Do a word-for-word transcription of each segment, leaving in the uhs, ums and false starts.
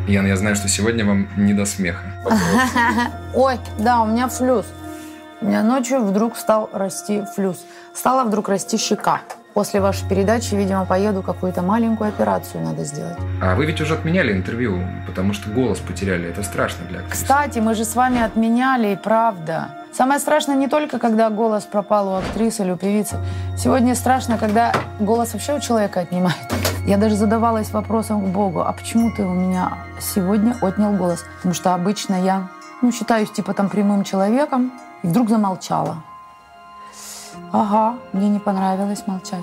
Ян, я знаю, что сегодня вам не до смеха. Ой, да, у меня флюс. У меня ночью вдруг стал расти флюс. Стала вдруг расти щека. После вашей передачи, видимо, поеду, какую-то маленькую операцию надо сделать. А вы ведь уже отменяли интервью, потому что голос потеряли. Это страшно для актрисы. Кстати, мы же с вами отменяли, и правда. Самое страшное не только, когда голос пропал у актрисы или у певицы. Сегодня страшно, когда голос вообще у человека отнимают. Я даже задавалась вопросом к Богу, а почему ты у меня сегодня отнял голос? Потому что обычно я, ну, считаюсь типа там прямым человеком, и вдруг замолчала. Ага, мне не понравилось молчать.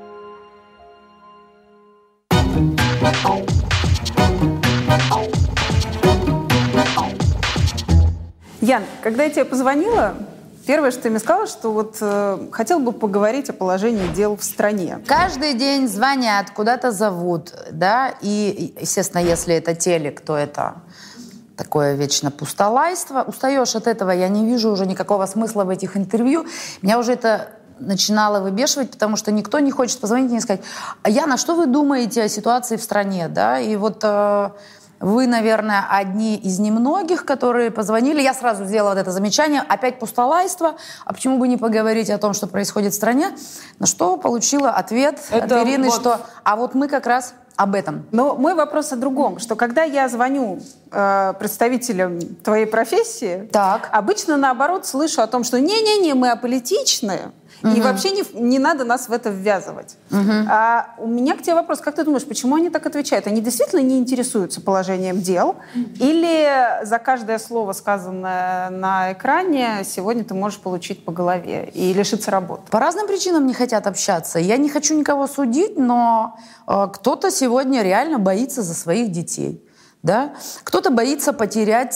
Ян, когда я тебе позвонила, первое, что ты мне сказала, что вот э, хотела бы поговорить о положении дел в стране. Каждый день звонят, куда-то зовут, да, и, естественно, если это телек, то это такое вечно пустолайство. Устаешь от этого, я не вижу уже никакого смысла в этих интервью. Меня уже это начинало выбешивать, потому что никто не хочет позвонить и не сказать: а Яна, что вы думаете о ситуации в стране, да, и вот... Э, Вы, наверное, одни из немногих, которые позвонили. Я сразу сделала вот это замечание. Опять пустолайство. А почему бы не поговорить о том, что происходит в стране? На что получила ответ это от Ирины, вот... что а вот мы как раз об этом. Но мой вопрос о другом, что когда я звоню э, представителям твоей профессии, так. обычно, наоборот, слышу о том, что не-не-не, мы аполитичные, и Угу. вообще не, не надо нас в это ввязывать. Угу. А у меня к тебе вопрос. Как ты думаешь, почему они так отвечают? Они действительно не интересуются положением дел? Или за каждое слово, сказанное на экране, сегодня ты можешь получить по голове и лишиться работы? По разным причинам не хотят общаться. Я не хочу никого судить, но э, кто-то сегодня реально боится за своих детей. Да? Кто-то боится потерять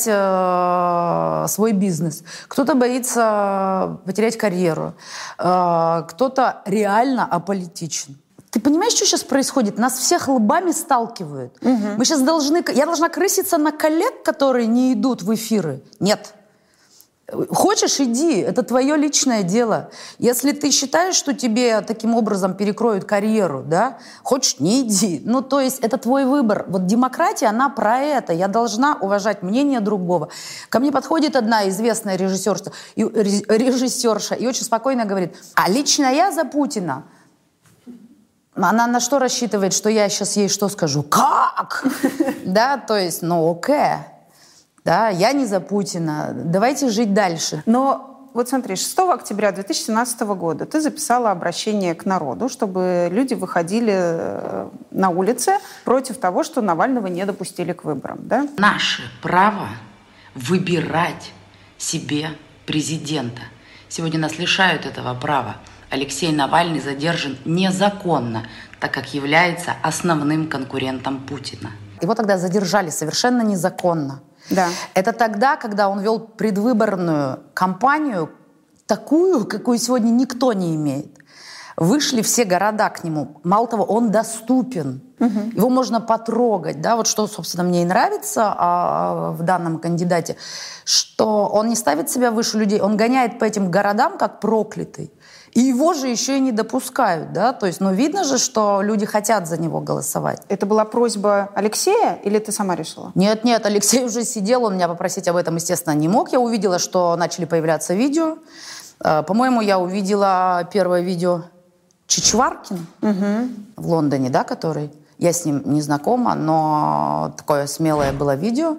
э, свой бизнес, кто-то боится потерять карьеру, э, кто-то реально аполитичен. Ты понимаешь, что сейчас происходит? Нас всех лбами сталкивают. Угу. Мы сейчас должны... Я должна крыситься на коллег, которые не идут в эфиры? Нет. Хочешь, иди, это твое личное дело. Если ты считаешь, что тебе таким образом перекроют карьеру, да, хочешь, не иди. Ну, то есть это твой выбор. Вот демократия, она про это. Я должна уважать мнение другого. Ко мне подходит одна известная режиссерша и, режиссерша и очень спокойно говорит: а лично я за Путина. Она на что рассчитывает, что я сейчас ей что скажу? Как? Да, то есть, ну, окей. Да, я не за Путина. Давайте жить дальше. Но вот смотри, шестого октября две тысячи семнадцатого года ты записала обращение к народу, чтобы люди выходили на улицы против того, что Навального не допустили к выборам, да? Наше право выбирать себе президента. Сегодня нас лишают этого права. Алексей Навальный задержан незаконно, так как является основным конкурентом Путина. Его тогда задержали совершенно незаконно. Да. Это тогда, когда он вел предвыборную кампанию, такую, какую сегодня никто не имеет. Вышли все города к нему. Мало того, он доступен. Угу. Его можно потрогать. Да? Вот что, собственно, мне и нравится а, в данном кандидате, что он не ставит себя выше людей, он гоняет по этим городам как проклятый. И его же еще и не допускают, да, то есть, ну, видно же, что люди хотят за него голосовать. Это была просьба Алексея или ты сама решила? Нет, нет, Алексей уже сидел, он меня попросить об этом, естественно, не мог. Я увидела, что начали появляться видео. По-моему, я увидела первое видео Чичваркин угу. в Лондоне, да, который... Я с ним не знакома, но такое смелое было видео.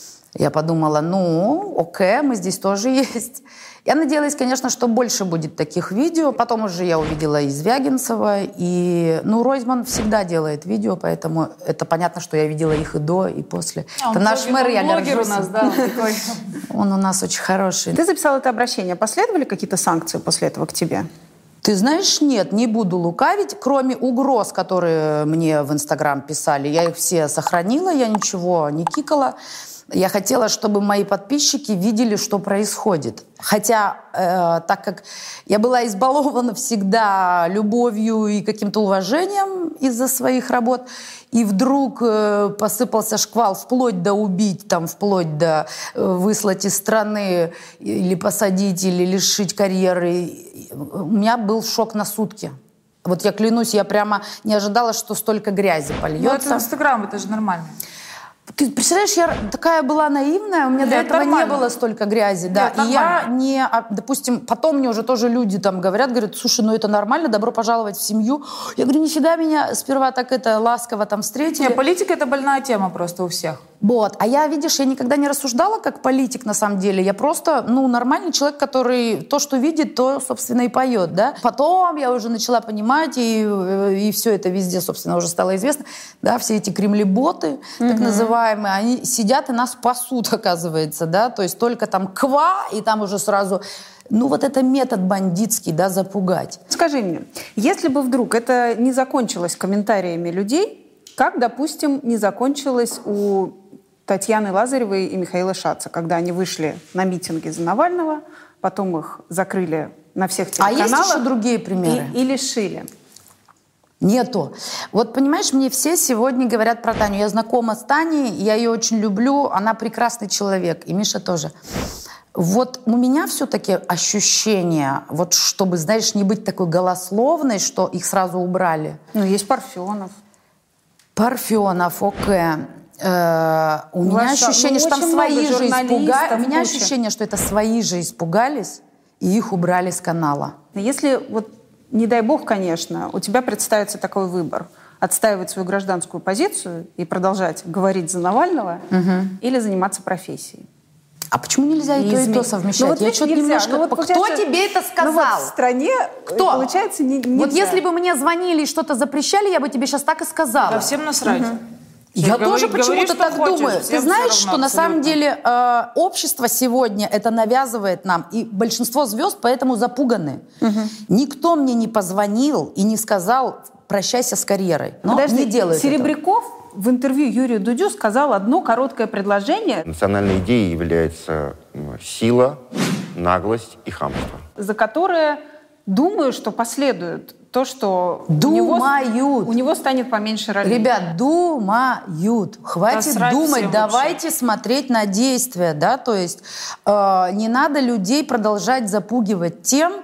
Я подумала, ну, окей, мы здесь тоже есть. Я надеялась, конечно, что больше будет таких видео. Потом уже я увидела и Звягинцева, и... Ну, Ройзман всегда делает видео, поэтому это понятно, что я видела их и до, и после. А, это наш мэр, я горжусь. У нас, да, он, такой. Он у нас очень хороший. Ты записала это обращение. Последовали какие-то санкции после этого к тебе? Ты знаешь, нет, не буду лукавить. Кроме угроз, которые мне в Инстаграм писали, я их все сохранила, я ничего не кикала. Я хотела, чтобы мои подписчики видели, что происходит. Хотя, э, так как я была избалована всегда любовью и каким-то уважением из-за своих работ, и вдруг э, посыпался шквал вплоть до убить, там, вплоть до э, выслать из страны или посадить, или лишить карьеры, у меня был шок на сутки. Вот я клянусь, я прямо не ожидала, что столько грязи польется. Ну, это Инстаграм, это же нормально. Ты представляешь, я такая была наивная, у меня Да, до этого нормально. не было столько грязи, да. Да, И я не, а, допустим, потом мне уже тоже люди там говорят, говорят, слушай, ну это нормально, добро пожаловать в семью. Я говорю, нифига, меня сперва так это ласково там встретили. Не, политика — это больная тема просто у всех. Вот. А я, видишь, я никогда не рассуждала как политик на самом деле. Я просто, ну, нормальный человек, который то, что видит, то, собственно, и поет, да. Потом я уже начала понимать, и, и все это везде, собственно, уже стало известно, да, все эти кремлеботы, так Мгм. называемые, они сидят и нас пасут, оказывается, да, то есть только там ква, и там уже сразу... Ну, вот это метод бандитский, да, запугать. Скажи мне, если бы вдруг это не закончилось комментариями людей, как, допустим, не закончилось у Татьяны Лазаревой и Михаила Шаца, когда они вышли на митинги за Навального, потом их закрыли на всех А телеканалах есть еще другие примеры? и, и лишили. Нету. Вот, понимаешь, мне все сегодня говорят про Таню. Я знакома с Таней, я ее очень люблю, она прекрасный человек, и Миша тоже. Вот у меня все-таки ощущение, вот чтобы, знаешь, не быть такой голословной, что их сразу убрали. Ну, есть Парфенов. Парфенов, окей. Э, у меня Ваша- ощущение, ну, что там очень свои много же журналистов, испугались. У меня куча. ощущение, что это свои же испугались, и их убрали с канала. Если, вот, не дай бог, конечно, у тебя представится такой выбор – отстаивать свою гражданскую позицию и продолжать говорить за Навального или заниматься профессией. А почему нельзя и, И то, и изме- то совмещать? Ну, вот Я видишь, что-то нельзя. немножко... Ну, вот Кто получается- тебе это сказал? Ну, вот в стране, Кто? получается, не, нельзя. Вот если бы мне звонили и что-то запрещали, я бы тебе сейчас так и сказала. Да, всем насрать. Я Говори- тоже говори, почему-то что так хочешь, думаю. всем Ты знаешь, всё что равно на самом абсолютно. деле э, общество сегодня это навязывает нам, и большинство звезд поэтому запуганы. Никто мне не позвонил и не сказал «прощайся с карьерой». Но Подожди, не делают этого. Серебряков в интервью Юрию Дудю сказал одно короткое предложение, Национальной идеей является м, сила, наглость и хамство. за которое, думаю, что последует то, что у него, Думают. у него станет поменьше ролей. Ребят, думают. Хватит Насрать думать, всем давайте смотреть на действия, да, то есть э, не надо людей продолжать запугивать тем,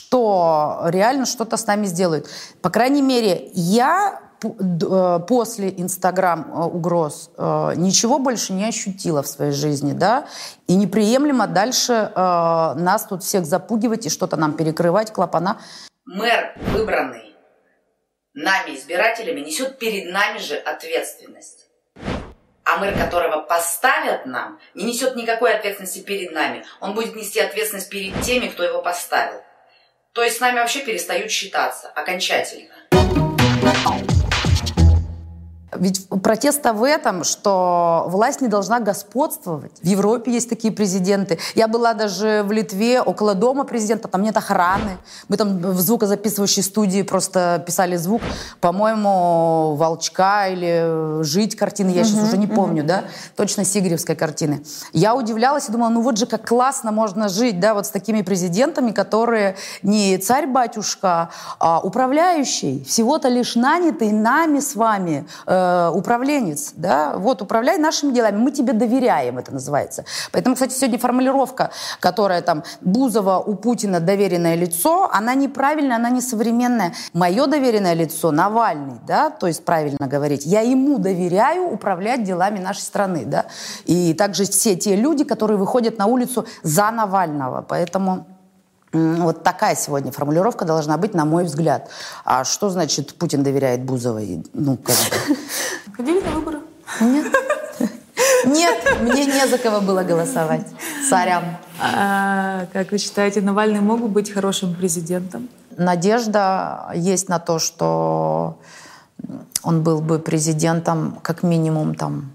что реально что-то с нами сделают. По крайней мере, я п- д- э, после Инстаграм-угроз э, ничего больше не ощутила в своей жизни, да, и неприемлемо дальше э, нас тут всех запугивать и что-то нам перекрывать, клапана. Мэр, выбранный нами, избирателями, несет перед нами же ответственность. А мэр, которого поставят нам, не несет никакой ответственности перед нами. Он будет нести ответственность перед теми, кто его поставил. То есть с нами вообще перестают считаться окончательно. Ведь протест-то в этом, что власть не должна господствовать. В Европе есть такие президенты. Я была даже в Литве, около дома президента, там нет охраны. Мы там в звукозаписывающей студии просто писали звук, по-моему, «Волчка» или «Жить» картины, я сейчас уже не помню, да, точно сигревской картины. Я удивлялась и думала, ну вот же как классно можно жить, да, вот с такими президентами, которые не царь-батюшка, а управляющий, всего-то лишь нанятый нами с вами, э, управленец, да, вот управляй нашими делами, мы тебе доверяем, это называется. Поэтому, кстати, сегодня формулировка, которая там Бузова у Путина доверенное лицо, она неправильная, она несовременная. Мое доверенное лицо Навальный, да, то есть правильно говорить, я ему доверяю управлять делами нашей страны, да, и также все те люди, которые выходят на улицу за Навального, поэтому... Вот такая сегодня формулировка должна быть, на мой взгляд. А что значит Путин доверяет Бузовой? Ну, как бы... Ходили на выборы? Нет. Нет, мне не за кого было голосовать. Сорян. А, как вы считаете, Навальный мог бы быть хорошим президентом? Надежда есть на то, что он был бы президентом как минимум там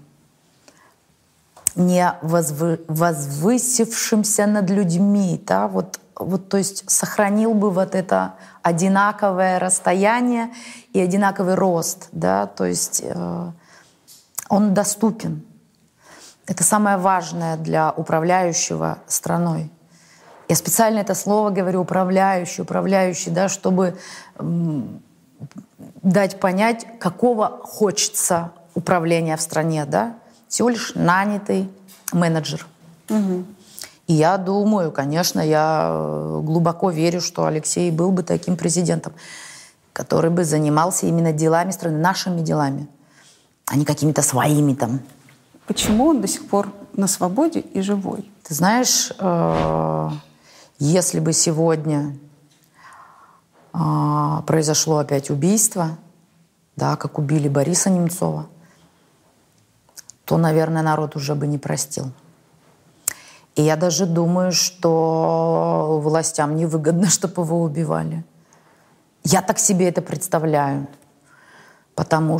не возвы... возвысившимся над людьми, да, вот, вот, то есть сохранил бы вот это одинаковое расстояние и одинаковый рост, да, то есть э, он доступен. Это самое важное для управляющего страной. Я специально это слово говорю, управляющий, управляющий, да, чтобы м, дать понять, какого хочется управления в стране, да, всего лишь нанятый менеджер. Угу. И я думаю, конечно, я глубоко верю, что Алексей был бы таким президентом, который бы занимался именно делами страны, нашими делами, а не какими-то своими там Почему он до сих пор на свободе и живой? Ты знаешь, э, если бы сегодня э, произошло опять убийство, да, как убили Бориса Немцова, то, наверное, народ уже бы не простил. И я даже думаю, что властям невыгодно, чтобы его убивали. Я так себе это представляю. Потому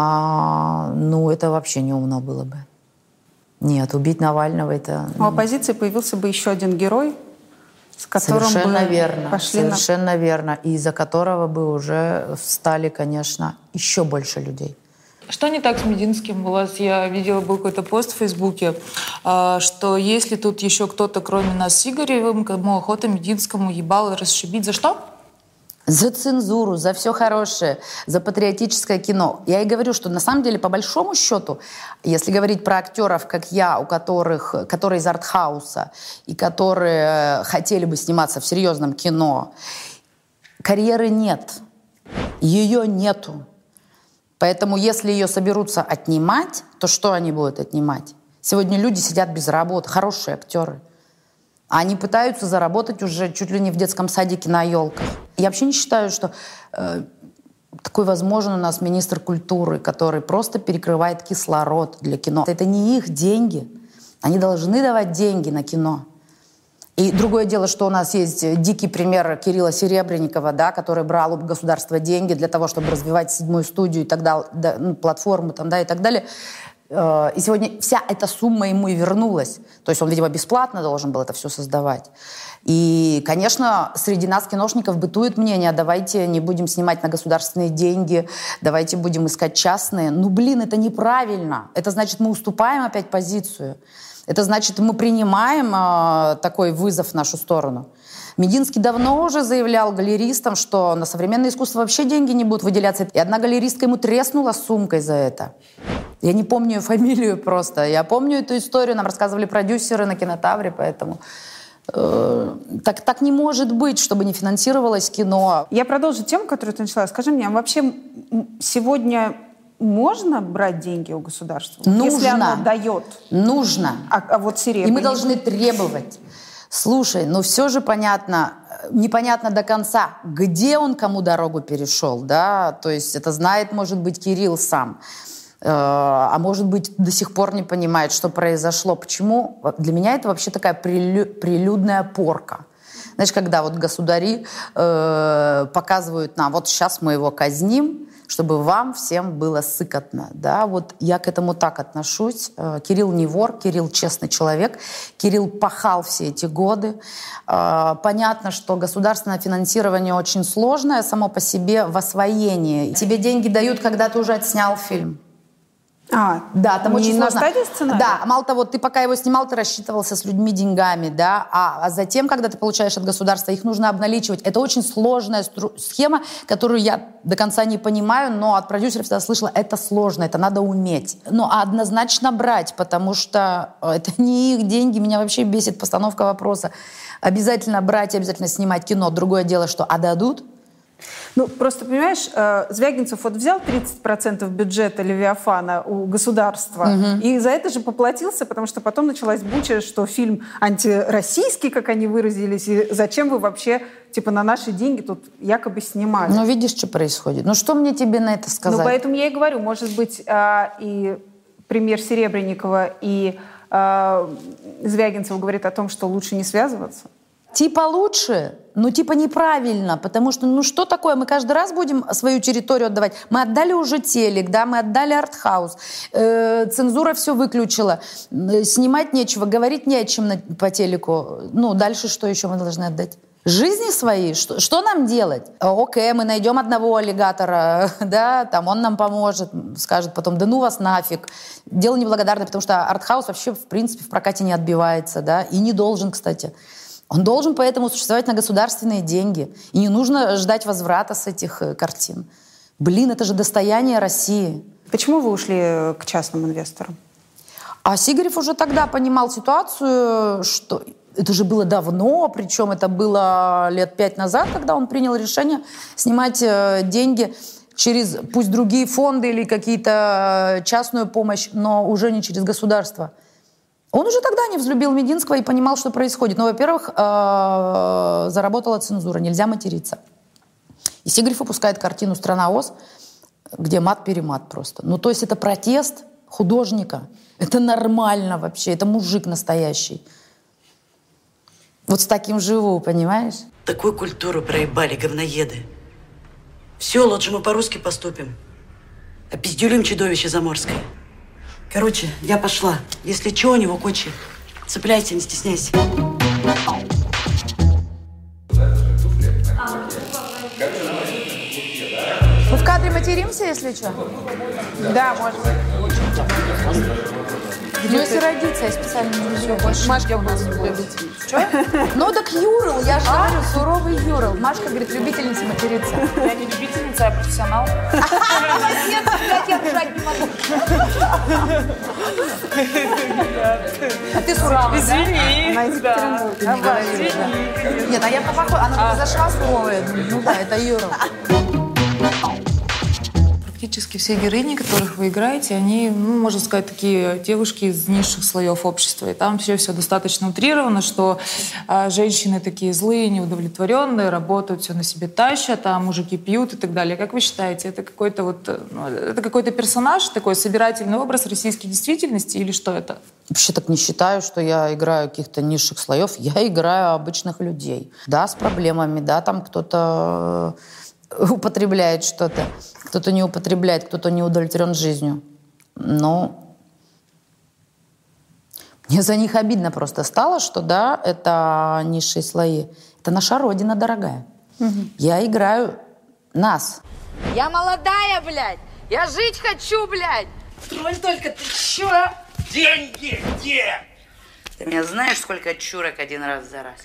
что, ну, это вообще неумно было бы. Нет, убить Навального — это... У оппозиции появился бы еще один герой, с которым совершенно бы верно, пошли совершенно на... верно. И из-за которого бы уже встали, конечно, еще больше людей. Что не так с Мединским? У вас, я видела, был какой-то пост в Фейсбуке, что если тут еще кто-то, кроме нас с Игоревым, кому охота Мединскому ебало расшибить, за что? За цензуру, за все хорошее, за патриотическое кино. Я и говорю, что на самом деле, по большому счету, если говорить про актеров, как я, у которых, которые из артхауса и которые хотели бы сниматься в серьезном кино, карьеры нет. Ее нету. Поэтому если ее соберутся отнимать, то что они будут отнимать? Сегодня люди сидят без работы, хорошие актеры. Они пытаются заработать уже чуть ли не в детском садике на елках. Я вообще не считаю, что э, такой возможен у нас министр культуры, который просто перекрывает кислород для кино. Это не их деньги. Они должны давать деньги на кино. И другое дело, что у нас есть дикий пример Кирилла Серебренникова, да, который брал у государства деньги для того, чтобы развивать седьмую студию и так далее, да, ну, платформу там, да, и так далее. И сегодня вся эта сумма ему и вернулась. То есть он, видимо, бесплатно должен был это все создавать. И, конечно, среди нас, киношников, бытует мнение: давайте не будем снимать на государственные деньги, давайте будем искать частные. Ну, блин, это неправильно. Это значит, мы уступаем опять позицию. Это значит, мы принимаем э, такой вызов в нашу сторону. Мединский давно уже заявлял галеристам, что на современное искусство вообще деньги не будут выделяться. И одна галеристка ему треснула сумкой за это. Я не помню ее фамилию просто. Я помню эту историю, нам рассказывали продюсеры на Кинотавре, поэтому... Э, так, так не может быть, чтобы не финансировалось кино. Я продолжу тему, которую ты начала. Скажи мне, а вообще сегодня можно брать деньги у государства? Нужно. Если оно дает? Нужно. А, а вот Серебренников? И мы должны требовать. Слушай, ну все же понятно, непонятно до конца, где он кому дорогу перешел, да, то есть это знает, может быть, Кирилл сам, э, а может быть, до сих пор не понимает, что произошло. Почему? Для меня это вообще такая прелю- прелюдная порка. Знаешь, когда вот государи э, показывают нам, вот сейчас мы его казним, чтобы вам всем было сыкотно. Да? Вот я к этому так отношусь. Кирилл не вор, Кирилл честный человек. Кирилл пахал все эти годы. Понятно, что государственное финансирование очень сложное само по себе в освоении. Тебе деньги дают, когда ты уже отснял фильм. А, да, там не очень на сложно. стадии сценария? Да, мало того, ты пока его снимал, ты рассчитывался с людьми деньгами, да, а, а затем, когда ты получаешь от государства, их нужно обналичивать. Это очень сложная стру- схема, которую я до конца не понимаю, но от продюсеров всегда слышала, это сложно, это надо уметь. Ну, а однозначно брать, потому что это не их деньги, меня вообще бесит постановка вопроса. Обязательно брать, обязательно снимать кино. Другое дело, что а дадут? Ну, просто, понимаешь, Звягинцев вот взял тридцать процентов бюджета «Левиафана» у государства, угу. и за это же поплатился, потому что потом началась буча, что фильм антироссийский, как они выразились, и зачем вы вообще, типа, на наши деньги тут якобы снимали. Ну, видишь, что происходит. Ну, что мне тебе на это сказать? Ну, поэтому я и говорю, может быть, и пример Серебренникова, и Звягинцев говорит о том, что лучше не связываться. Типа лучше, ну типа неправильно, потому что, ну что такое, мы каждый раз будем свою территорию отдавать. Мы отдали уже телек, да, мы отдали артхаус, э, цензура все выключила, э, снимать нечего, говорить не о чем на, по телеку. Ну дальше что еще мы должны отдать? Жизни свои? Что, что нам делать? Окей, мы найдем одного аллигатора, да, там он нам поможет, скажет потом, да ну вас нафиг. Дело неблагодарное, потому что артхаус вообще, в принципе, в прокате не отбивается, да, и не должен, кстати. Он должен поэтому существовать на государственные деньги. И не нужно ждать возврата с этих картин. Блин, это же достояние России. Почему вы ушли к частным инвесторам? А Сигарев уже тогда понимал ситуацию, что это же было давно, причем это было лет пять назад, когда он принял решение снимать деньги. через пусть другие фонды или какие-то частную помощь, но уже не через государство. Он уже тогда не взлюбил Мединского и понимал, что происходит. Ну, во-первых, заработала цензура, нельзя материться. И Сигарев выпускает картину «Страна Оз», где мат-перемат просто. Ну, то есть это протест художника. Это нормально вообще, это мужик настоящий. Вот с таким живу, понимаешь? Такую культуру проебали говноеды. Все, лучше мы по-русски поступим. Опиздюлим чудовище заморское. Короче, я пошла. Если что, у него кочи. Цепляйся, не стесняйся. Мы в кадре материмся, если что? Да, может быть. Ну, если родиться, я специально не вижу. Машка у нас любит. Ну, так Юрл, я же говорю, суровый Юрл. Машка говорит, любительница материться. Я не любительница, я профессионал. Нет, блядь, я ржать не могу. А ты суровая, Извини. Она из Екатеринбурга. Давай. Нет, а я по похоже, она зашла суровая. Ну да, это Юрл. Практически все героини, которых вы играете, они, ну, можно сказать, такие девушки из низших слоев общества. И там все, все достаточно утрировано, что а, женщины такие злые, неудовлетворенные, работают, все на себе тащат, а мужики пьют и так далее. Как вы считаете, это какой-то вот, ну, это какой-то персонаж, такой собирательный образ российской действительности или что это? Вообще так не считаю, что я играю каких-то низших слоев. Я играю обычных людей. Да, с проблемами, да, там кто-то употребляет что-то, кто-то не употребляет, кто-то не удовлетворен жизнью. Но мне за них обидно просто стало, что да, это низшие слои. Это наша родина, дорогая. Угу. Я играю нас. Я молодая, блядь! Я жить хочу, блядь! Тролль только, ты чё? Деньги где? Ты меня знаешь, сколько чурок один раз за раз?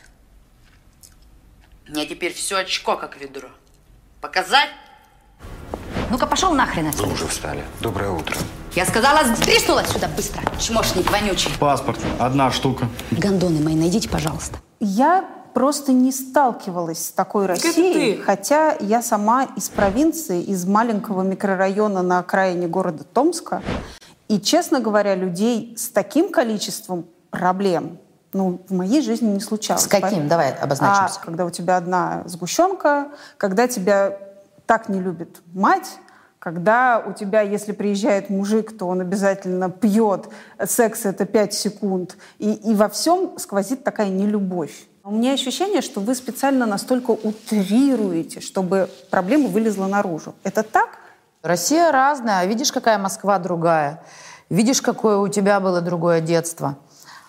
Мне теперь все очко, как ведро. Показать? Ну-ка, пошел нахрен отсюда. Вы уже встали. Доброе утро. Я сказала, стряснула отсюда быстро, чмошник вонючий. Паспорт. Одна штука. Гондоны мои, найдите, пожалуйста. Я просто не сталкивалась с такой Россией, хотя я сама из провинции, из маленького микрорайона на окраине города Томска. И, честно говоря, людей с таким количеством проблем, ну, в моей жизни не случалось. С каким? Давай обозначимся. А когда у тебя одна сгущенка, когда тебя так не любит мать, когда у тебя, если приезжает мужик, то он обязательно пьет, секс — это пять секунд, и, и во всем сквозит такая нелюбовь. У меня ощущение, что вы специально настолько утрируете, чтобы проблема вылезла наружу. Это так? Россия разная. Видишь, какая Москва другая. Видишь, какое у тебя было другое детство.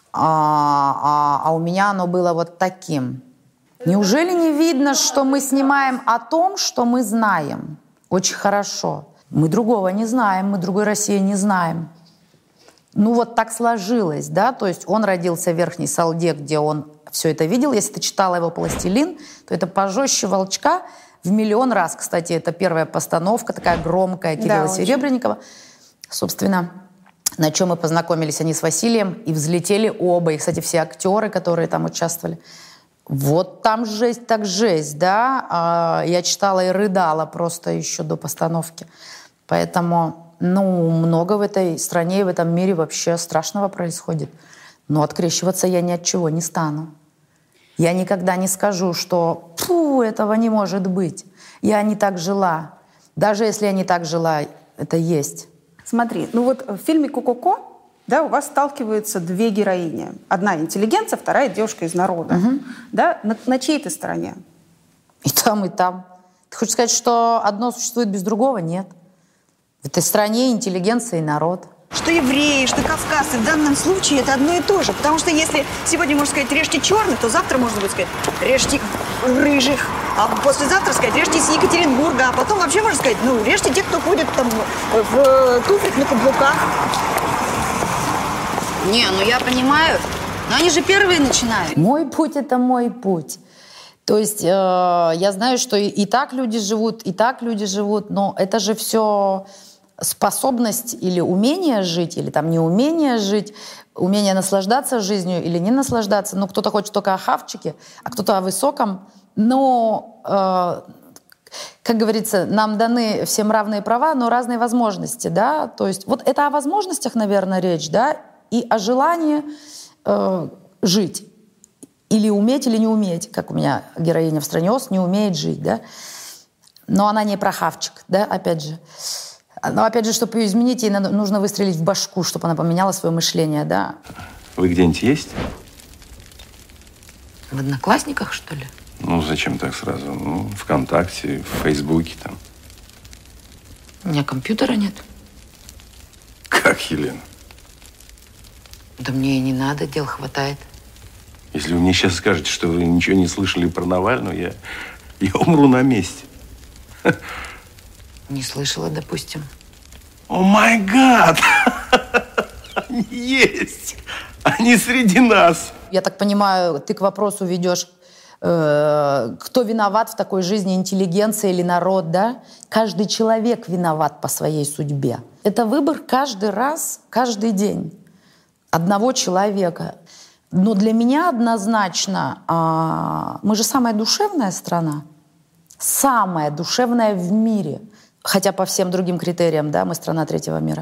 А, а, а у меня оно было вот таким. Неужели не видно, что мы снимаем о том, что мы знаем? Очень хорошо. Мы другого не знаем, мы другой России не знаем. Ну вот так сложилось, да? То есть он родился в Верхней Салде, где он все это видел. Если ты читала его «Пластилин», то это пожестче «Волчка» в миллион раз. Кстати, это первая постановка, такая громкая, Кирилла Да, Серебренникова. Собственно, на чем мы познакомились они с Василием и взлетели оба. И, кстати, все актеры, которые там участвовали. Вот там жесть так жесть, да. Я читала и рыдала просто еще до постановки. Поэтому, ну, много в этой стране и в этом мире вообще страшного происходит. Но открещиваться я ни от чего не стану. Я никогда не скажу, что «фу, этого не может быть». Я не так жила. Даже если я не так жила, это есть. Смотри, ну вот в фильме «Ко-ко-ко», да, у вас сталкиваются две героини. Одна интеллигенция, вторая девушка из народа. Угу. Да? На, на чьей ты стороне? И там, и там. Ты хочешь сказать, что одно существует без другого? Нет. В этой стране интеллигенция и народ. Что евреи, что кавказцы в данном случае это одно и то же. Потому что если сегодня можно сказать «режьте черных», то завтра можно будет сказать «режьте рыжих». А послезавтра сказать «режьте из Екатеринбурга». А потом вообще можно сказать «ну, режьте тех, кто ходит там в туфлях на каблуках». Не, ну я понимаю, но они же первые начинают. Мой путь — это мой путь. То есть э, я знаю, что и, и так люди живут, и так люди живут, но это же все способность или умение жить, или там неумение жить, умение наслаждаться жизнью или не наслаждаться. Ну, кто-то хочет только о хавчике, а кто-то о высоком. Но э, как говорится, нам даны всем равные права, но разные возможности, да, то есть вот это о возможностях, наверное, речь, да, и о желании э, жить. Или уметь, или не уметь, как у меня героиня в «Стране Оз» не умеет жить, да. Но она не про хавчик, да, опять же. Но опять же, чтобы ее изменить, ей нужно выстрелить в башку, чтобы она поменяла свое мышление, да. Вы где-нибудь есть? В Одноклассниках, что ли? Ну, зачем так сразу? Ну, ВКонтакте, в Фейсбуке там. У меня компьютера нет. Как, Елена? Да мне и не надо, дел хватает. Если вы мне сейчас скажете, что вы ничего не слышали про Навальную, я, я умру на месте. Не слышала, допустим. О май гад! Они есть! Они среди нас! Я так понимаю, ты к вопросу ведешь, э, кто виноват в такой жизни, интеллигенция или народ, да? Каждый человек виноват по своей судьбе. Это выбор каждый раз, каждый день одного человека. Но для меня однозначно, э, мы же самая душевная страна, самая душевная в мире, хотя по всем другим критериям, да, мы страна третьего мира.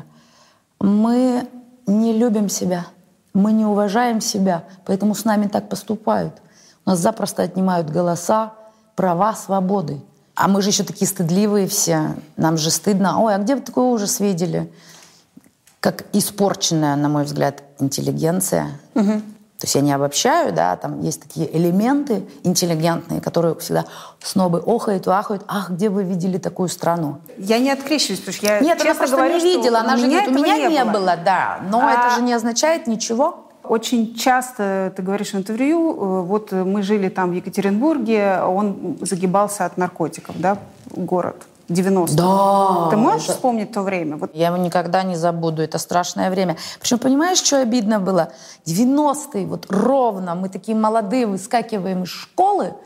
Мы не любим себя. Мы не уважаем себя, поэтому с нами так поступают. У нас запросто отнимают голоса, права, свободы. А мы же еще такие стыдливые все. Нам же стыдно. Ой, а где вы такой ужас видели? Как испорченная, на мой взгляд, интеллигенция. Угу. То есть я не обобщаю, да, там есть такие элементы интеллигентные, которые всегда снобы охают, ахают. Ах, где вы видели такую страну? Я не открещиваюсь, потому что я Нет, честно она просто говорю, не видела. Она же говорит, у меня не, не было. было, да. Но а... это же не означает ничего. Очень часто ты говоришь в интервью, вот мы жили там в Екатеринбурге, он загибался от наркотиков, да, город. девяностые. Да. Ты можешь это... вспомнить то время? Вот. Я его никогда не забуду. Это страшное время. Причем, понимаешь, что обидно было? девяностые, вот ровно, мы такие молодые, выскакиваем из школы.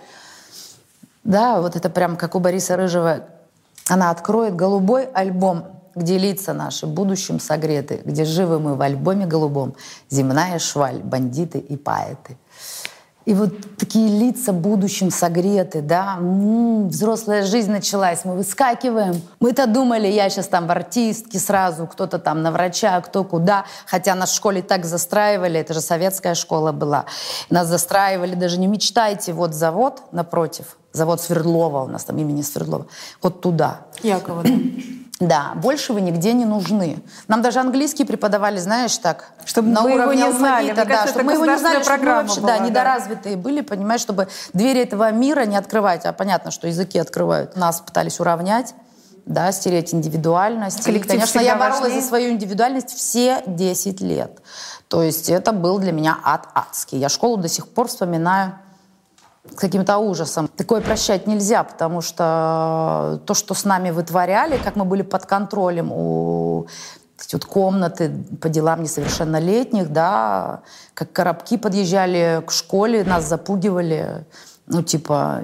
Да, вот это прям как у Бориса Рыжего. Она откроет голубой альбом, где лица наши будущим согреты, где живы мы в альбоме голубом. Земная шваль, бандиты и поэты. И вот такие лица будущим согреты, да, м-м, взрослая жизнь началась, мы выскакиваем. Мы-то думали, я сейчас там в артистке сразу, кто-то там на врача, кто куда. Хотя нас в школе так застраивали, это же советская школа была. Нас застраивали, даже не мечтайте, вот завод напротив, завод Свердлова, у нас там имени Свердлова, вот туда. Якова, да. Да, больше вы нигде не нужны. Нам даже английский преподавали, знаешь, так, чтобы на мы уровне его не знали. алфавита, Мне кажется, да, чтобы мы его не знали, чтобы мы вообще, была, да, да. недоразвитые были, понимаешь, чтобы двери этого мира не открывать. А понятно, что языки открывают. Нас пытались уравнять, да, стереть индивидуальность. И, конечно, я боролась важнее. за свою индивидуальность все десять лет. То есть это был для меня ад адский. Я школу до сих пор вспоминаю с каким-то ужасом. Такое прощать нельзя, потому что то, что с нами вытворяли, как мы были под контролем у вот, комнаты по делам несовершеннолетних, да, как коробки подъезжали к школе, нас запугивали, ну, типа,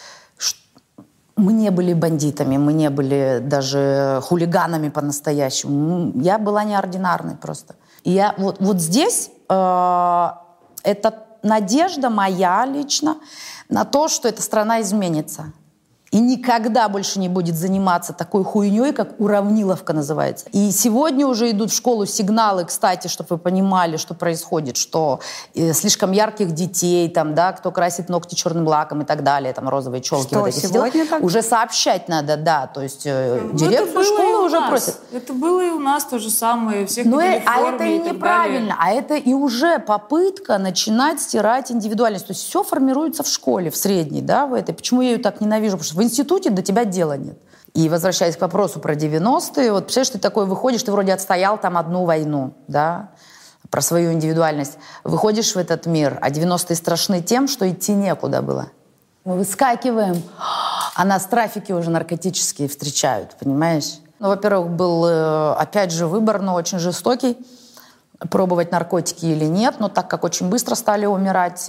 мы не были бандитами, мы не были даже хулиганами по-настоящему. Я была неординарной просто. И я вот, вот здесь э, это надежда моя лично на то, что эта страна изменится. И никогда больше не будет заниматься такой хуйней, как уравниловка называется. И сегодня уже идут в школу сигналы, кстати, чтобы вы понимали, что происходит, что э, слишком ярких детей, там, да, кто красит ногти черным лаком и так далее, там, розовые челки. Что, вот эти сегодня так? Уже сообщать надо, да, то есть э, ну, директор школы уже нас. просит. Это было и у нас то же самое, всех Ну, ходили в а форме это и так неправильно, далее. а это и уже попытка начинать стирать индивидуальность. То есть все формируется в школе, в средней, да, в этой. Почему я ее так ненавижу? Потому что в институте до тебя дела нет. И возвращаясь к вопросу про девяностые, вот представляешь, ты такой выходишь, ты вроде отстоял там одну войну, да, про свою индивидуальность. Выходишь в этот мир, а девяностые страшны тем, что идти некуда было. Мы выскакиваем, а нас трафики уже наркотические встречают, понимаешь? Ну, во-первых, был, опять же, выбор, но очень жестокий, пробовать наркотики или нет, но так как очень быстро стали умирать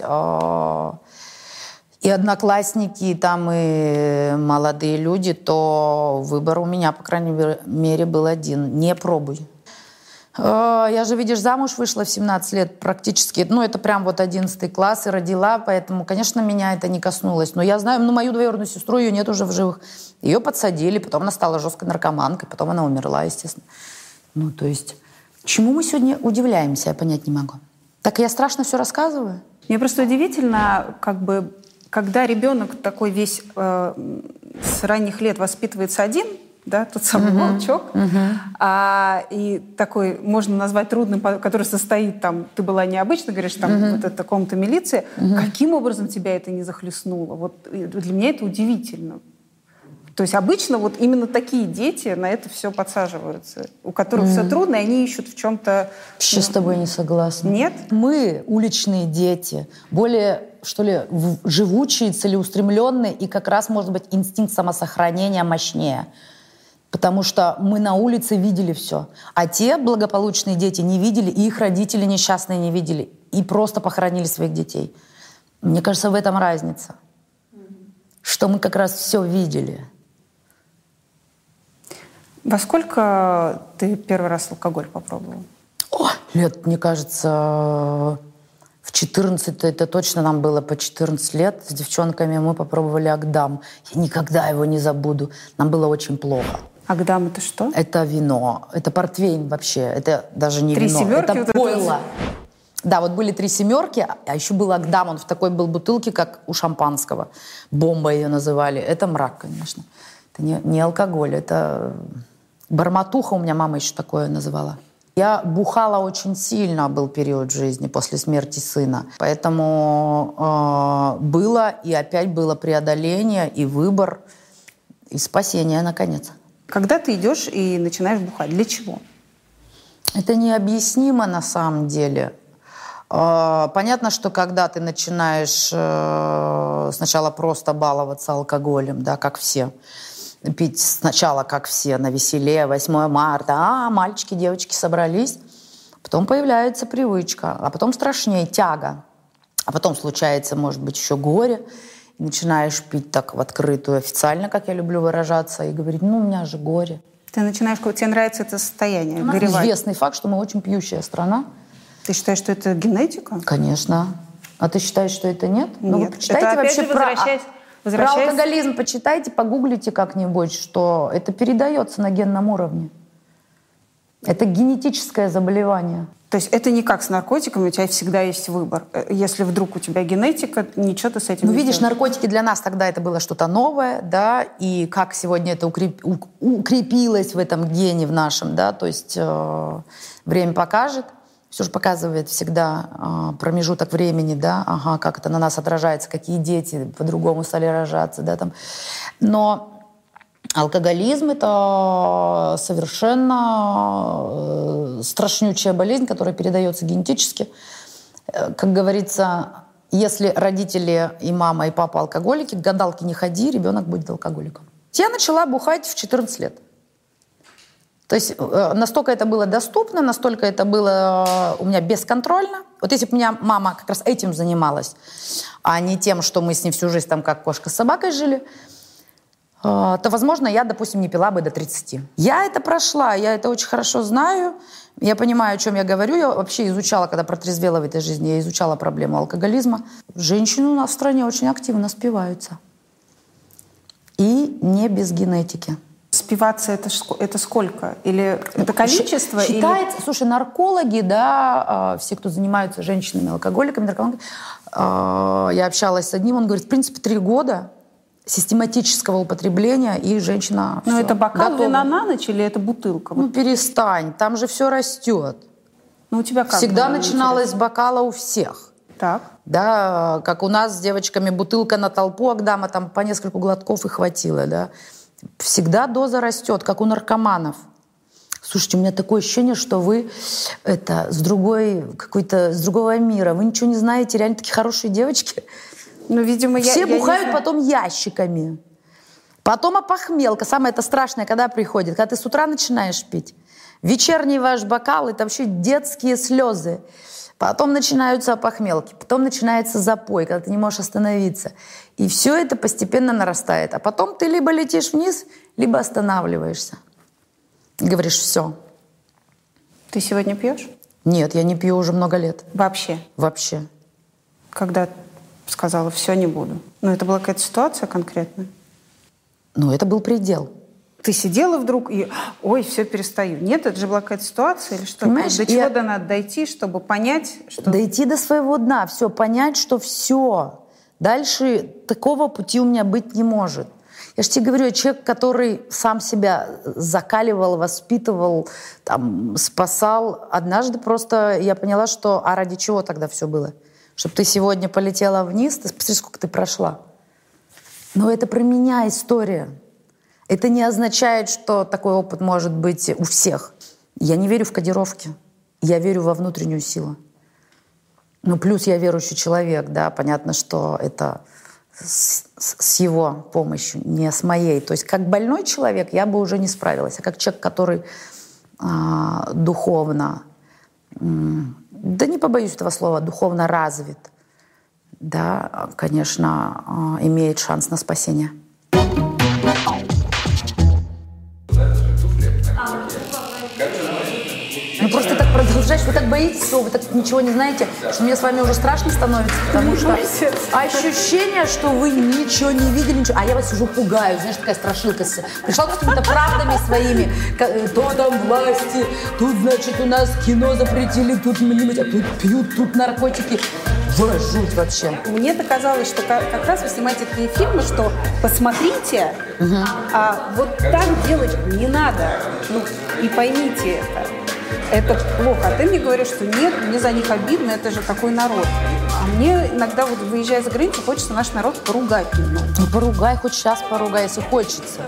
и одноклассники, и там и молодые люди, то выбор у меня, по крайней мере, был один. Не пробуй. Я же, видишь, замуж вышла в семнадцать лет практически. Ну, это прям вот одиннадцатый класс и родила, поэтому, конечно, меня это не коснулось. Но я знаю, ну, мою двоюродную сестру, ее нет уже в живых. Ее подсадили, потом она стала жесткой наркоманкой, потом она умерла, естественно. Ну, то есть, чему мы сегодня удивляемся, я понять не могу. Так я страшно все рассказываю? Мне просто удивительно, как бы, когда ребенок такой весь э, с ранних лет воспитывается один, да, тот самый uh-huh. волчок, uh-huh. а, и такой, можно назвать трудным, который состоит там, ты была необычна, говоришь, там, uh-huh. вот это комната милиции, uh-huh. каким образом тебя это не захлестнуло? Вот для меня это удивительно. То есть обычно вот именно такие дети на это все подсаживаются, у которых uh-huh. все трудно, и они ищут в чем-то... Вообще ну, с тобой не согласна. Нет? Мы, уличные дети, более, что ли, живучие, целеустремленные, и как раз, может быть, инстинкт самосохранения мощнее. Потому что мы на улице видели все. А те благополучные дети не видели, и их родители несчастные не видели. И просто похоронили своих детей. Мне кажется, в этом разница. Что мы как раз все видели. Во сколько ты первый раз алкоголь попробовала? О, лет, мне кажется, в четырнадцать, это точно нам было по четырнадцать лет. С девчонками мы попробовали Агдам. Я никогда его не забуду. Нам было очень плохо. Агдам это что? Это вино. Это портвейн вообще. Это даже не три вино. Семерки, это вот пойло. Это... Да, вот были три семерки, а еще был Агдам. Он в такой был бутылке, как у шампанского. Бомба ее называли. Это мрак, конечно. Это не, не алкоголь. Это барматуха, у меня мама еще такое называла. Я бухала очень сильно, был период жизни после смерти сына. Поэтому э, было и опять было преодоление, и выбор, и спасение, наконец. Когда ты идешь и начинаешь бухать, для чего? Это необъяснимо на самом деле. Э, понятно, что когда ты начинаешь э, сначала просто баловаться алкоголем, да, как все, пить сначала, как все, на веселе, восьмое марта, а, мальчики, девочки собрались. Потом появляется привычка, а потом страшнее тяга. А потом случается, может быть, еще горе. И начинаешь пить так в открытую, официально, как я люблю выражаться, и говорить, ну, у меня же горе. Ты начинаешь, тебе нравится это состояние, горевать? Известный факт, что мы очень пьющая страна. Ты считаешь, что это генетика? Конечно. А ты считаешь, что это нет? Нет. Ну, вы почитайте это, вообще же, про... Возвращаясь... Про алкоголизм почитайте, погуглите как-нибудь, что это передается на генном уровне. Это генетическое заболевание. То есть это не как с наркотиками, у тебя всегда есть выбор. Если вдруг у тебя генетика, ничего ты с этим ну, не видишь, делаешь. Наркотики для нас тогда это было что-то новое, да, и как сегодня это укреп... укрепилось в этом гене в нашем, да, то есть э, время покажет. Все же показывает всегда э, промежуток времени, да, ага, как это на нас отражается, какие дети по-другому стали рожаться, да, там. Но алкоголизм — это совершенно э, страшнючая болезнь, которая передается генетически. Э, как говорится, если родители и мама, и папа алкоголики, к гадалке не ходи, ребенок будет алкоголиком. Я начала бухать в четырнадцать лет. То есть э, настолько это было доступно, настолько это было э, у меня бесконтрольно. Вот если бы у меня мама как раз этим занималась, а не тем, что мы с ней всю жизнь там как кошка с собакой жили, э, то, возможно, я, допустим, не пила бы до тридцати. Я это прошла, я это очень хорошо знаю, я понимаю, о чем я говорю. Я вообще изучала, когда протрезвела в этой жизни, я изучала проблему алкоголизма. Женщины у нас в стране очень активно спиваются. И не без генетики. Спиваться это, это сколько? Или это количество? Считается, или... слушай, наркологи, да, все, кто занимаются женщинами, алкоголиками, наркоманками, я общалась с одним, он говорит, в принципе, три года систематического употребления, и женщина Ну, это бокал готова. Вина на ночь или это бутылка? Ну, перестань, там же все растет. Ну, у тебя как? Всегда было, начиналось интересно? с бокала у всех. Так. Да, как у нас с девочками бутылка на толпу Агдама, там по нескольку глотков и хватило, да. Всегда доза растет, как у наркоманов. Слушайте, у меня такое ощущение, что вы это, с другой, какой-то, с другого мира. Вы ничего не знаете, реально такие хорошие девочки. Ну, видимо, Все я, бухают я потом ящиками. Потом опохмелка. Самое это страшное, когда приходит. Когда ты с утра начинаешь пить. Вечерний ваш бокал — это вообще детские слезы. Потом начинаются опохмелки. Потом начинается запой, когда ты не можешь остановиться. И все это постепенно нарастает. А потом ты либо летишь вниз, либо останавливаешься. И говоришь, все. Ты сегодня пьешь? Нет, я не пью уже много лет. Вообще? Вообще. Когда сказала, все, не буду. Ну, это была какая-то ситуация конкретная? Ну, это был предел. Ты сидела вдруг и, ой, все, перестаю. Нет, это же была какая-то ситуация или что? Понимаешь, до чего я... до надо дойти, чтобы понять, что... Дойти до своего дна, все, понять, что все. Дальше такого пути у меня быть не может. Я же тебе говорю, я человек, который сам себя закаливал, воспитывал, там, спасал. Однажды просто я поняла, что а ради чего тогда все было? Чтобы ты сегодня полетела вниз, ты посмотри, сколько ты прошла. Но это про меня история. Это не означает, что такой опыт может быть у всех. Я не верю в кодировки. Я верю во внутреннюю силу. Ну, плюс я верующий человек, да, понятно, что это с, с его помощью, не с моей. То есть как больной человек я бы уже не справилась, а как человек, который а, духовно, м, да не побоюсь этого слова, духовно развит, да, конечно, а, имеет шанс на спасение. Ну просто так продолжать, вы так боитесь всего, вы так ничего не знаете, что мне с вами уже страшно становится, потому что ощущение, что вы ничего не видели, ничего. А я вас уже пугаю, знаешь, такая страшилка. Пришла с какими-то правдами своими, то там власти, тут, значит, у нас кино запретили, тут а тут пьют, тут наркотики. Ой, жуть вообще. Мне-то казалось, что как раз вы снимаете такие фильмы, что посмотрите, угу. а вот так делать не надо. Ну, и поймите это. Это плохо. А ты мне говоришь, что нет, мне за них обидно, это же такой народ. А мне иногда, вот выезжая за границу, хочется наш народ поругать немного. Ну, поругай, хоть сейчас поругай, если хочется.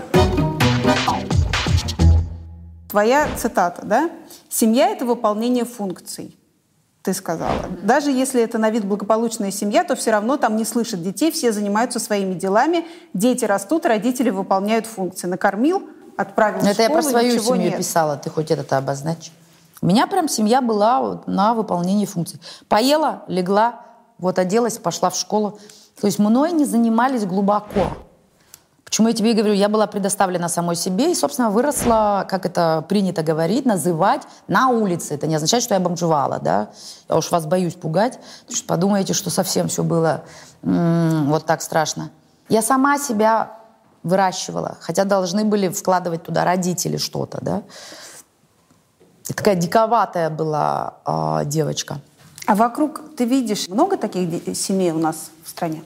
Твоя цитата, да? «Семья – это выполнение функций», ты сказала. Даже если это на вид благополучная семья, то все равно там не слышат детей, все занимаются своими делами, дети растут, родители выполняют функции. Накормил, отправил в школу, это я про свою семью нет. писала, ты хоть это-то обозначь. У меня прям семья была на выполнении функций. Поела, легла, вот оделась, пошла в школу. То есть мной не занимались глубоко. Почему я тебе говорю, я была предоставлена самой себе и, собственно, выросла, как это принято говорить, называть на улице. Это не означает, что я бомжевала, да. Я уж вас боюсь пугать, потому что подумаете, что совсем все было м-м, вот так страшно. Я сама себя выращивала, хотя должны были вкладывать туда родители что-то, да. И такая диковатая была э, девочка. А вокруг ты видишь много таких семей у нас в стране?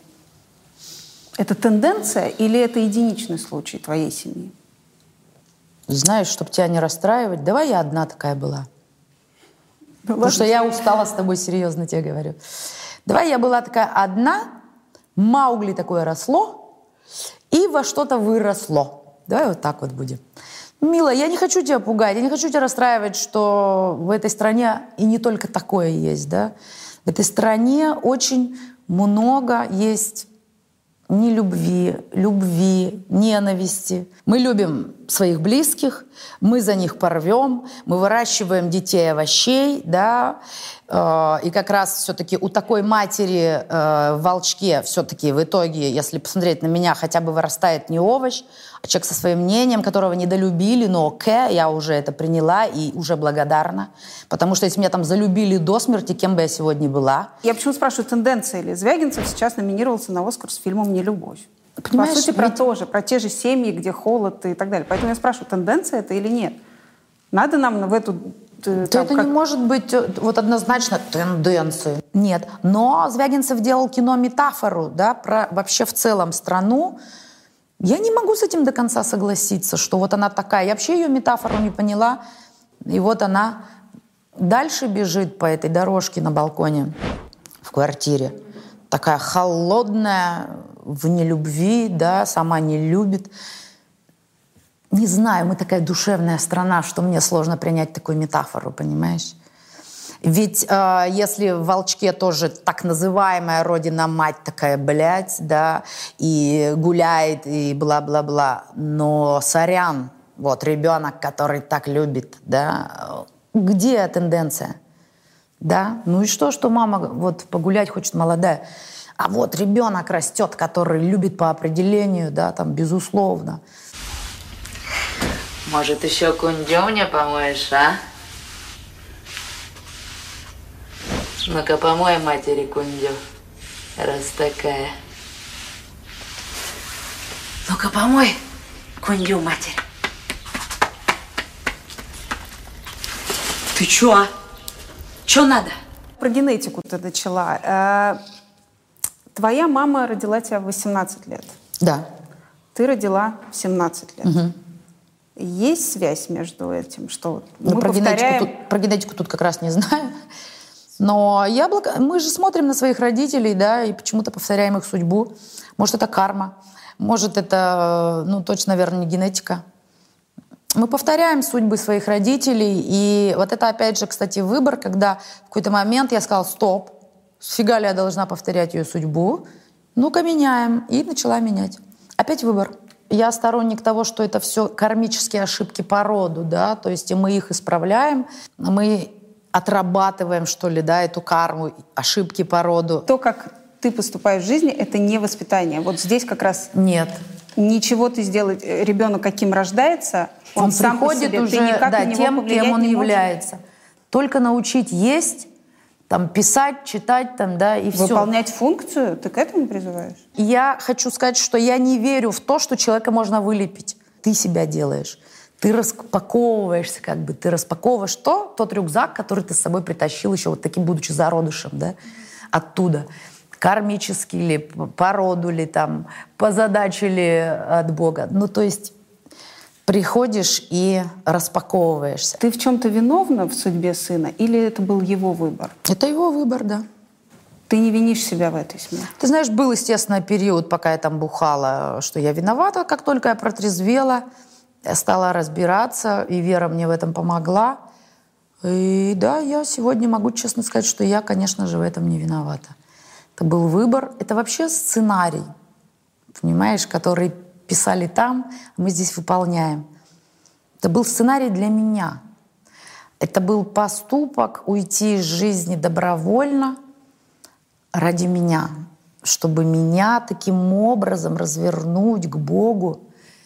Это тенденция или это единичный случай твоей семьи? Знаешь, чтобы тебя не расстраивать, давай я одна такая была. Ну, Потому ладно. Что я устала с тобой, серьезно тебе говорю. Давай я была такая одна, Маугли такое росло и во что-то выросло. Давай вот так вот будем. Мила, я не хочу тебя пугать, я не хочу тебя расстраивать, что в этой стране и не только такое есть, да. В этой стране очень много есть нелюбви, любви, ненависти. Мы любим своих близких, мы за них порвем, мы выращиваем детей овощей, да, и как раз все-таки у такой матери в волчке все-таки в итоге, если посмотреть на меня, хотя бы вырастает не овощ, а человек со своим мнением, которого недолюбили, но окей, я уже это приняла и уже благодарна. Потому что если меня там залюбили до смерти, кем бы я сегодня была. Я почему спрашиваю, тенденция ли? Звягинцев сейчас номинировался на «Оскар» с фильмом «Нелюбовь». Понимаешь, по сути, про ведь... то же, про те же семьи, где холод и так далее. Поэтому я спрашиваю, тенденция это или нет? Надо нам в эту... Там, это как... не может быть вот однозначно тенденцией. Нет. Но Звягинцев делал кино-метафору, да, про вообще в целом страну. Я не могу с этим до конца согласиться, что вот она такая. Я вообще ее метафору не поняла. И вот она дальше бежит по этой дорожке на балконе в квартире. Такая холодная, в нелюбви, да, сама не любит. Не знаю, мы такая душевная страна, что мне сложно принять такую метафору, понимаешь? Ведь э, если в «Волчке» тоже так называемая родина-мать такая, блядь, да, и гуляет, и бла-бла-бла, но сорян, вот ребенок, который так любит, да, где тенденция? Да? Ну и что, что мама вот погулять хочет молодая, а вот ребенок растет, который любит по определению, да, там, безусловно. Может, еще кундем мне помоешь, а? Ну-ка, помой матери кундю, раз такая. Ну-ка, помой кундю матери. Ты чё, а? Чё надо? Про генетику ты начала. Твоя мама родила тебя в восемнадцать лет. Да. Ты родила в семнадцать лет. Угу. Есть связь между этим, что ну, мы про, повторяем... генетику тут, про генетику тут как раз не знаю. Но я благ... мы же смотрим на своих родителей, да, и почему-то повторяем их судьбу. Может, это карма, может, это, ну, точно, наверное, не генетика. Мы повторяем судьбы своих родителей, и вот это, опять же, кстати, выбор, когда в какой-то момент я сказала, стоп, сфига ли я должна повторять ее судьбу? Ну-ка, меняем. И начала менять. Опять выбор. Я сторонник того, что это все кармические ошибки по роду, да, то есть и мы их исправляем, мы отрабатываем, что ли, да, эту карму, ошибки по роду. То, как ты поступаешь в жизни, это не воспитание. Вот здесь как раз... Нет. Ничего ты сделать, ребенок каким рождается, он, он сам приходит по себе, уже, ты никак да, на него тем, повлиять кем он не является. можешь. Только научить есть, там, писать, читать, там, да, и все. Выполнять функцию? Ты к этому призываешь? Я хочу сказать, что я не верю в то, что человека можно вылепить. Ты себя делаешь. Ты распаковываешься, как бы, ты распаковываешь то, тот рюкзак, который ты с собой притащил еще вот таким, будучи зародышем, да, оттуда. Кармически ли, по роду ли, там, по задаче ли от Бога. Ну, то есть приходишь и распаковываешься. Ты в чем-то виновна в судьбе сына или это был его выбор? Это его выбор, да. Ты не винишь себя в этой смерти? Ты знаешь, был, естественно, период, пока я там бухала, что я виновата. Как только я протрезвела, я стала разбираться, и Вера мне в этом помогла. И да, я сегодня могу честно сказать, что я, конечно же, в этом не виновата. Это был выбор. Это вообще сценарий, понимаешь, который писали там, а мы здесь выполняем. Это был сценарий для меня. Это был поступок уйти из жизни добровольно ради меня, чтобы меня таким образом развернуть к Богу.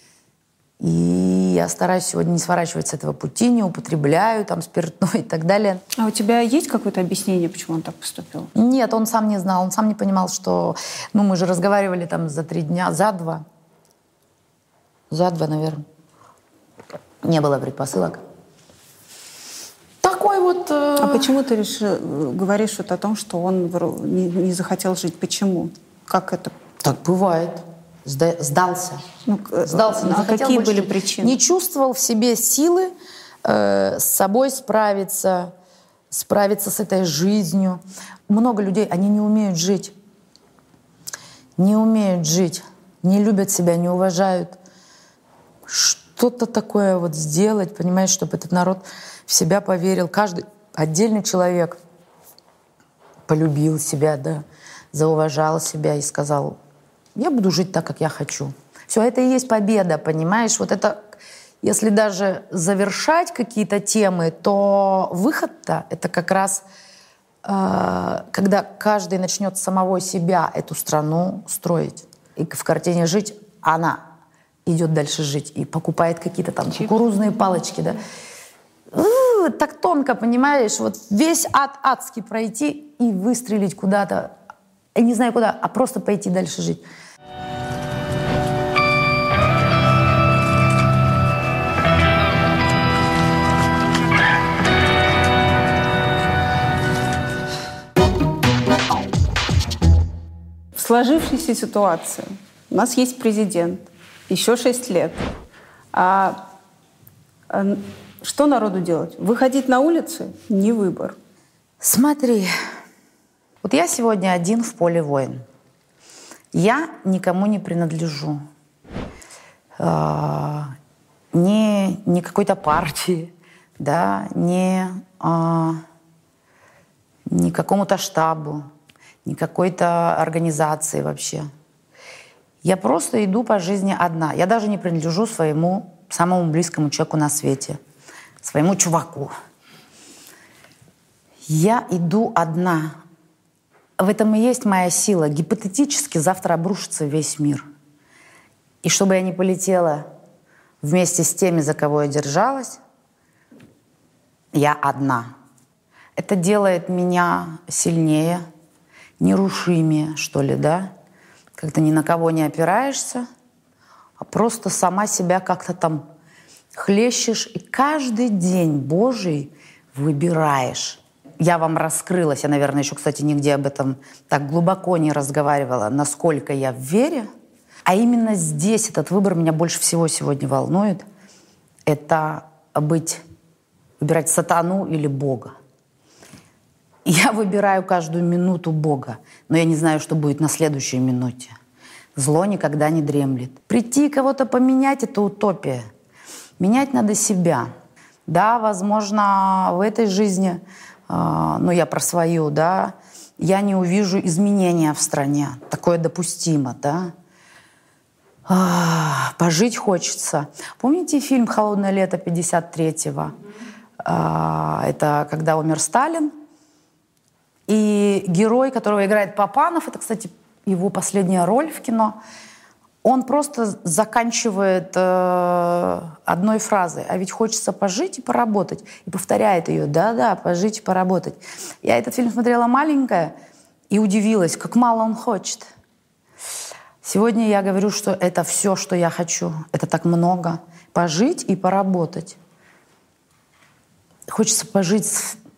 И я стараюсь сегодня не сворачивать с этого пути, не употребляю там спиртное и так далее. А у тебя есть какое-то объяснение, почему он так поступил? Нет, он сам не знал, он сам не понимал, что... Ну, мы же разговаривали там за три дня, за два. За два, наверное. Не было предпосылок. Такой вот... Э... А почему ты решил, говоришь вот о том, что он не, не захотел жить? Почему? Как это? Так бывает. Сдался. Ну, Сдался. Не а какие больше, были причины? Не чувствовал в себе силы э, с собой справиться, справиться с этой жизнью. Много людей, они не умеют жить. Не умеют жить. Не любят себя, не уважают. Что-то такое вот сделать, понимаешь, чтобы этот народ в себя поверил. Каждый отдельный человек полюбил себя, да, зауважал себя и сказал... Я буду жить так, как я хочу. Все, это и есть победа, понимаешь? Вот это, если даже завершать какие-то темы, то выход-то это как раз, э, когда каждый начнет с самого себя эту страну строить. И в картине «Жить» она идет дальше жить и покупает какие-то там кукурузные палочки, да. У-у-у, так тонко, понимаешь? Вот весь ад адский пройти и выстрелить куда-то. Я не знаю куда, а просто пойти дальше жить. В сложившейся ситуации у нас есть президент, еще шесть лет. А, а что народу делать? Выходить на улицы – не выбор. Смотри, вот я сегодня один в поле воин. Я никому не принадлежу. А, ни, ни какой-то партии, да, ни, а, ни какому-то штабу, ни какой-то организации вообще. Я просто иду по жизни одна. Я даже не принадлежу своему самому близкому человеку на свете, своему чуваку. Я иду одна. В этом и есть моя сила. Гипотетически завтра обрушится весь мир. И чтобы я не полетела вместе с теми, за кого я держалась, я одна. Это делает меня сильнее, нерушимее, что ли, да? Когда ни на кого не опираешься, а просто сама себя как-то там хлещешь. И каждый день Божий выбираешь. Я вам раскрылась, я, наверное, еще, кстати, нигде об этом так глубоко не разговаривала, насколько я в вере. А именно здесь этот выбор меня больше всего сегодня волнует. Это быть, выбирать сатану или Бога. Я выбираю каждую минуту Бога, но я не знаю, что будет на следующей минуте. Зло никогда не дремлет. Прийти и кого-то поменять — это утопия. Менять надо себя. Да, возможно, в этой жизни, э, ну я про свою, да, я не увижу изменения в стране. Такое допустимо, да. А, пожить хочется. Помните фильм «Холодное лето» пятьдесят третьего? А, это когда умер Сталин. И герой, которого играет Папанов, это, кстати, его последняя роль в кино, он просто заканчивает э, одной фразой: «А ведь хочется пожить и поработать». И повторяет ее: «Да-да, пожить и поработать». Я этот фильм смотрела маленькая и удивилась, как мало он хочет. Сегодня я говорю, что это все, что я хочу. Это так много. Пожить и поработать. Хочется пожить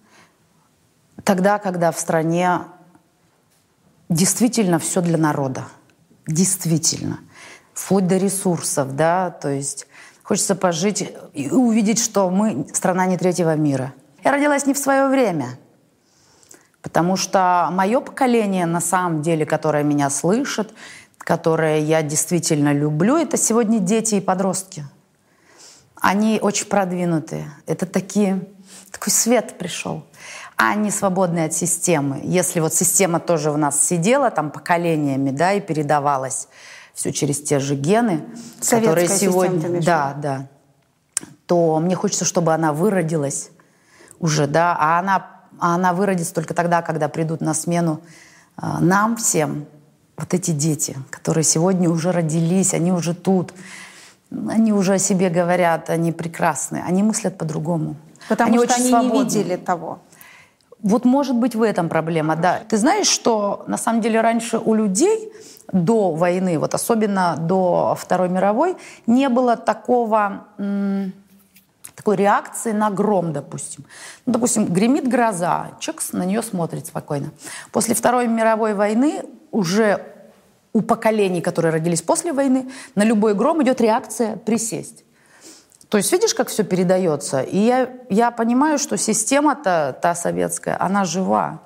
тогда, когда в стране действительно все для народа. Действительно. Вплоть до ресурсов, да, то есть хочется пожить и увидеть, что мы страна не третьего мира. Я родилась не в свое время, потому что мое поколение, на самом деле, которое меня слышит, которое я действительно люблю, это сегодня дети и подростки. Они очень продвинутые. Это такие, такой свет пришел. А они свободны от системы. Если вот система тоже в нас сидела там поколениями, да, и передавалась все через те же гены, Советская которые сегодня, система, да, да, то мне хочется, чтобы она выродилась уже, да, а она, а она выродится только тогда, когда придут на смену э, нам всем вот эти дети, которые сегодня уже родились, они уже тут, они уже о себе говорят, они прекрасны, они мыслят по-другому. Потому они что они свободны. не видели того. Вот может быть в этом проблема, да. Ты знаешь, что на самом деле раньше у людей до войны, вот особенно до Второй мировой, не было такого, м- такой реакции на гром, допустим. Ну, допустим, гремит гроза, человек на нее смотрит спокойно. После Второй мировой войны уже у поколений, которые родились после войны, на любой гром идет реакция присесть. То есть видишь, как все передается? И я, я понимаю, что система-то, та советская, она жива.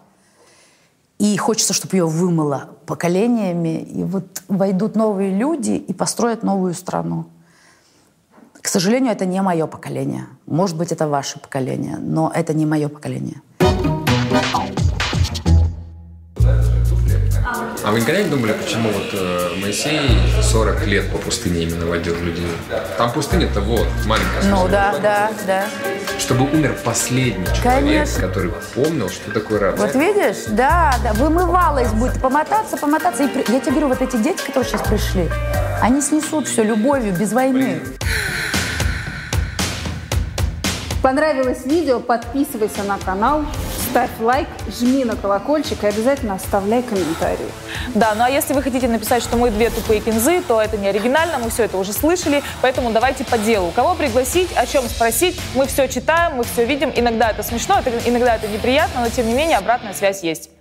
И хочется, чтобы ее вымыло поколениями. И вот войдут новые люди и построят новую страну. К сожалению, это не мое поколение. Может быть, это ваше поколение, но это не мое поколение. А вы никогда не думали, почему вот э, Моисей сорок лет по пустыне именно водил людей? Там пустыня-то вот, маленькая. Ну да, да, да. Чтобы умер последний человек, Конечно. который помнил, что такое рабство. Вот видишь, да, да, вымывалась будет помотаться, помотаться. И при... Я тебе говорю, вот эти дети, которые сейчас пришли, они снесут все любовью, без войны. Понравилось видео? Подписывайся на канал, ставь лайк, жми на колокольчик и обязательно оставляй комментарии. Да, ну а если вы хотите написать, что мы две тупые пинзы, то это не оригинально, мы все это уже слышали, поэтому давайте по делу. Кого пригласить, о чем спросить, мы все читаем, мы все видим. Иногда это смешно, иногда это неприятно, но тем не менее обратная связь есть.